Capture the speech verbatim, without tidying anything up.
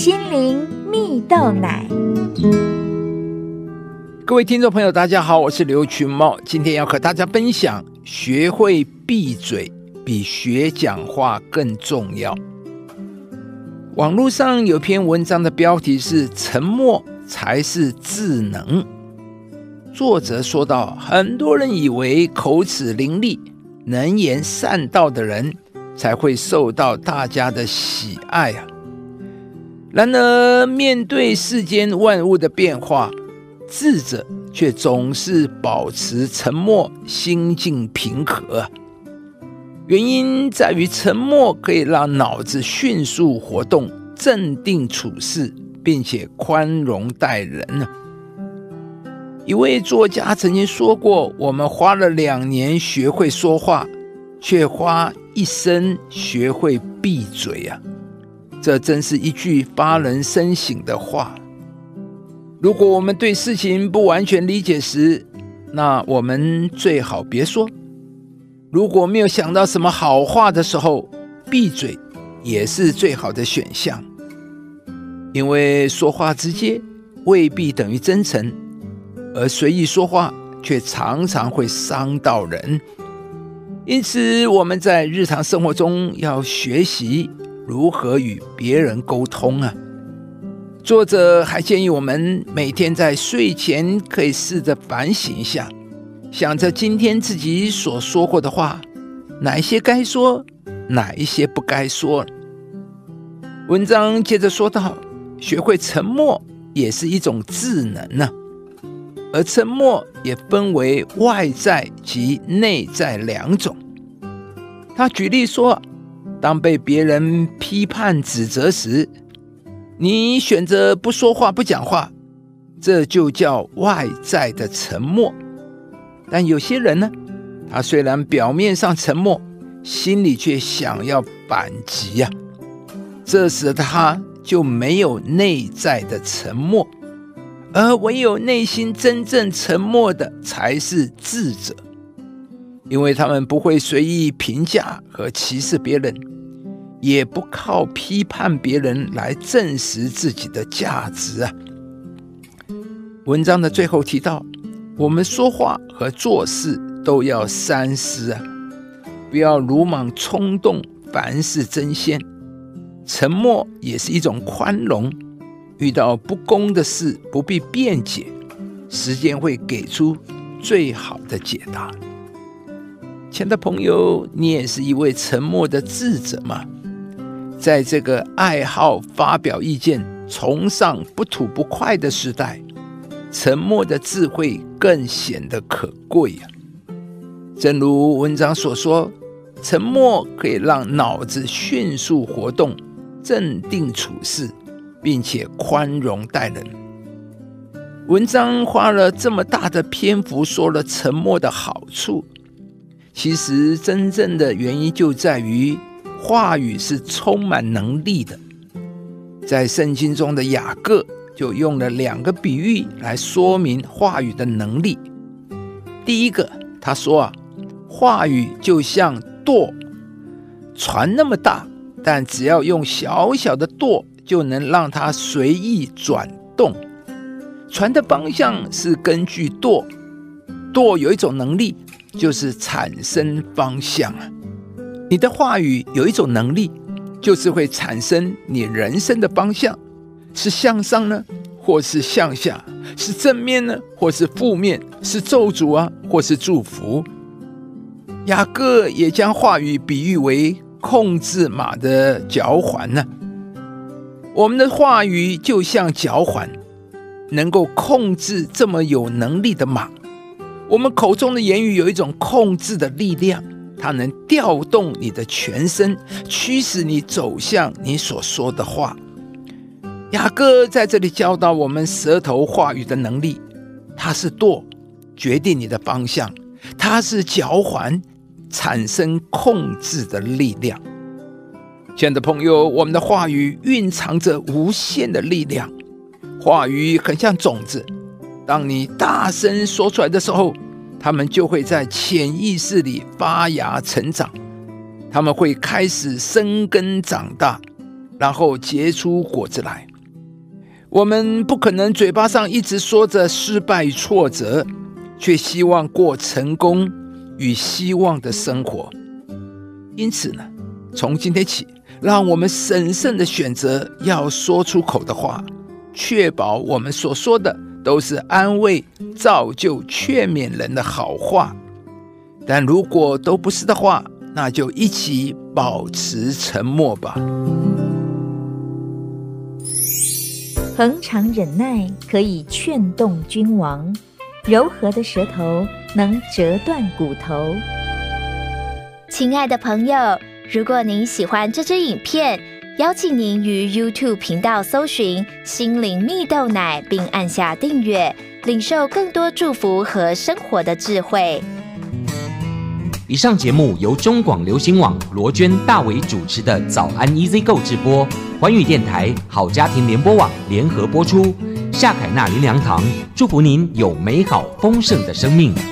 心灵蜜豆奶。 各位听众朋友大家好，我是刘群茂，今天要和大家分享，学会闭嘴比学讲话更重要。网络上有篇文章的标题是沉默才是智能。作者说到，很多人以为口齿伶俐能言善道的人才会受到大家的喜爱啊。然而面对世间万物的变化，智者却总是保持沉默，心境平和。原因在于沉默可以让脑子迅速活动，镇定处事，并且宽容待人。一位作家曾经说过，我们花了两年学会说话，却花一生学会闭嘴啊！这真是一句发人深省的话。如果我们对事情不完全理解时，那我们最好别说。如果没有想到什么好话的时候，闭嘴也是最好的选项。因为说话直接未必等于真诚，而随意说话却常常会伤到人。因此我们在日常生活中要学习如何与别人沟通啊。作者还建议我们每天在睡前可以试着反省一下，想着今天自己所说过的话，哪一些该说，哪一些不该说。文章接着说道，学会沉默也是一种智能啊，而沉默也分为外在及内在两种。他举例说，当被别人批判指责时，你选择不说话不讲话，这就叫外在的沉默。但有些人呢，他虽然表面上沉默，心里却想要反击啊，这时他就没有内在的沉默，而唯有内心真正沉默的才是智者，因为他们不会随意评价和歧视别人，也不靠批判别人来证实自己的价值啊。文章的最后提到，我们说话和做事都要三思啊，不要鲁莽冲动，凡事争先。沉默也是一种宽容，遇到不公的事不必辩解，时间会给出最好的解答。亲爱的朋友，你也是一位沉默的智者吗？在这个爱好发表意见、崇尚不吐不快的时代，沉默的智慧更显得可贵啊。正如文章所说，沉默可以让脑子迅速活动，镇定处事，并且宽容待人。文章花了这么大的篇幅说了沉默的好处，其实真正的原因就在于话语是充满能力的。在圣经中的雅各就用了两个比喻来说明话语的能力。第一个，他说啊，话语就像舵，船那么大，但只要用小小的舵就能让它随意转动。船的方向是根据舵，舵有一种能力，就是产生方向啊。你的话语有一种能力，就是会产生你人生的方向，是向上呢，或是向下，是正面呢，或是负面，是咒诅啊，或是祝福。雅各也将话语比喻为控制马的脚环呢。我们的话语就像脚环，能够控制这么有能力的马。我们口中的言语有一种控制的力量，它能调动你的全身，驱使你走向你所说的话。雅各在这里教导我们舌头话语的能力，它是舵，决定你的方向；它是脚环，产生控制的力量。亲爱的朋友，我们的话语蕴藏着无限的力量。话语很像种子，当你大声说出来的时候，它们就会在潜意识里发芽成长，它们会开始生根长大，然后结出果子来。 我们不可能嘴巴上一直说着失败挫折，却希望过成功与希望的生活。因此呢，从今天起，让我们审慎的选择要说出口的话，确保我们所说的都是安慰、造就、劝勉人的好话。但如果都不是的话，那就一起保持沉默吧。 恒常忍耐可以劝动君王，柔和的舌头能折断骨头。 亲爱的朋友，如果您喜欢这支影片，邀请您于 YouTube 频道搜寻心灵蜜豆奶，并按下订阅，领受更多祝福和生活的智慧。 以上节目由中广流行网罗娟、大伟主持的早安 E Z Go 直播，环宇电台、好家庭联播网联合播出。夏凯纳林良堂祝福您有美好丰盛的生命。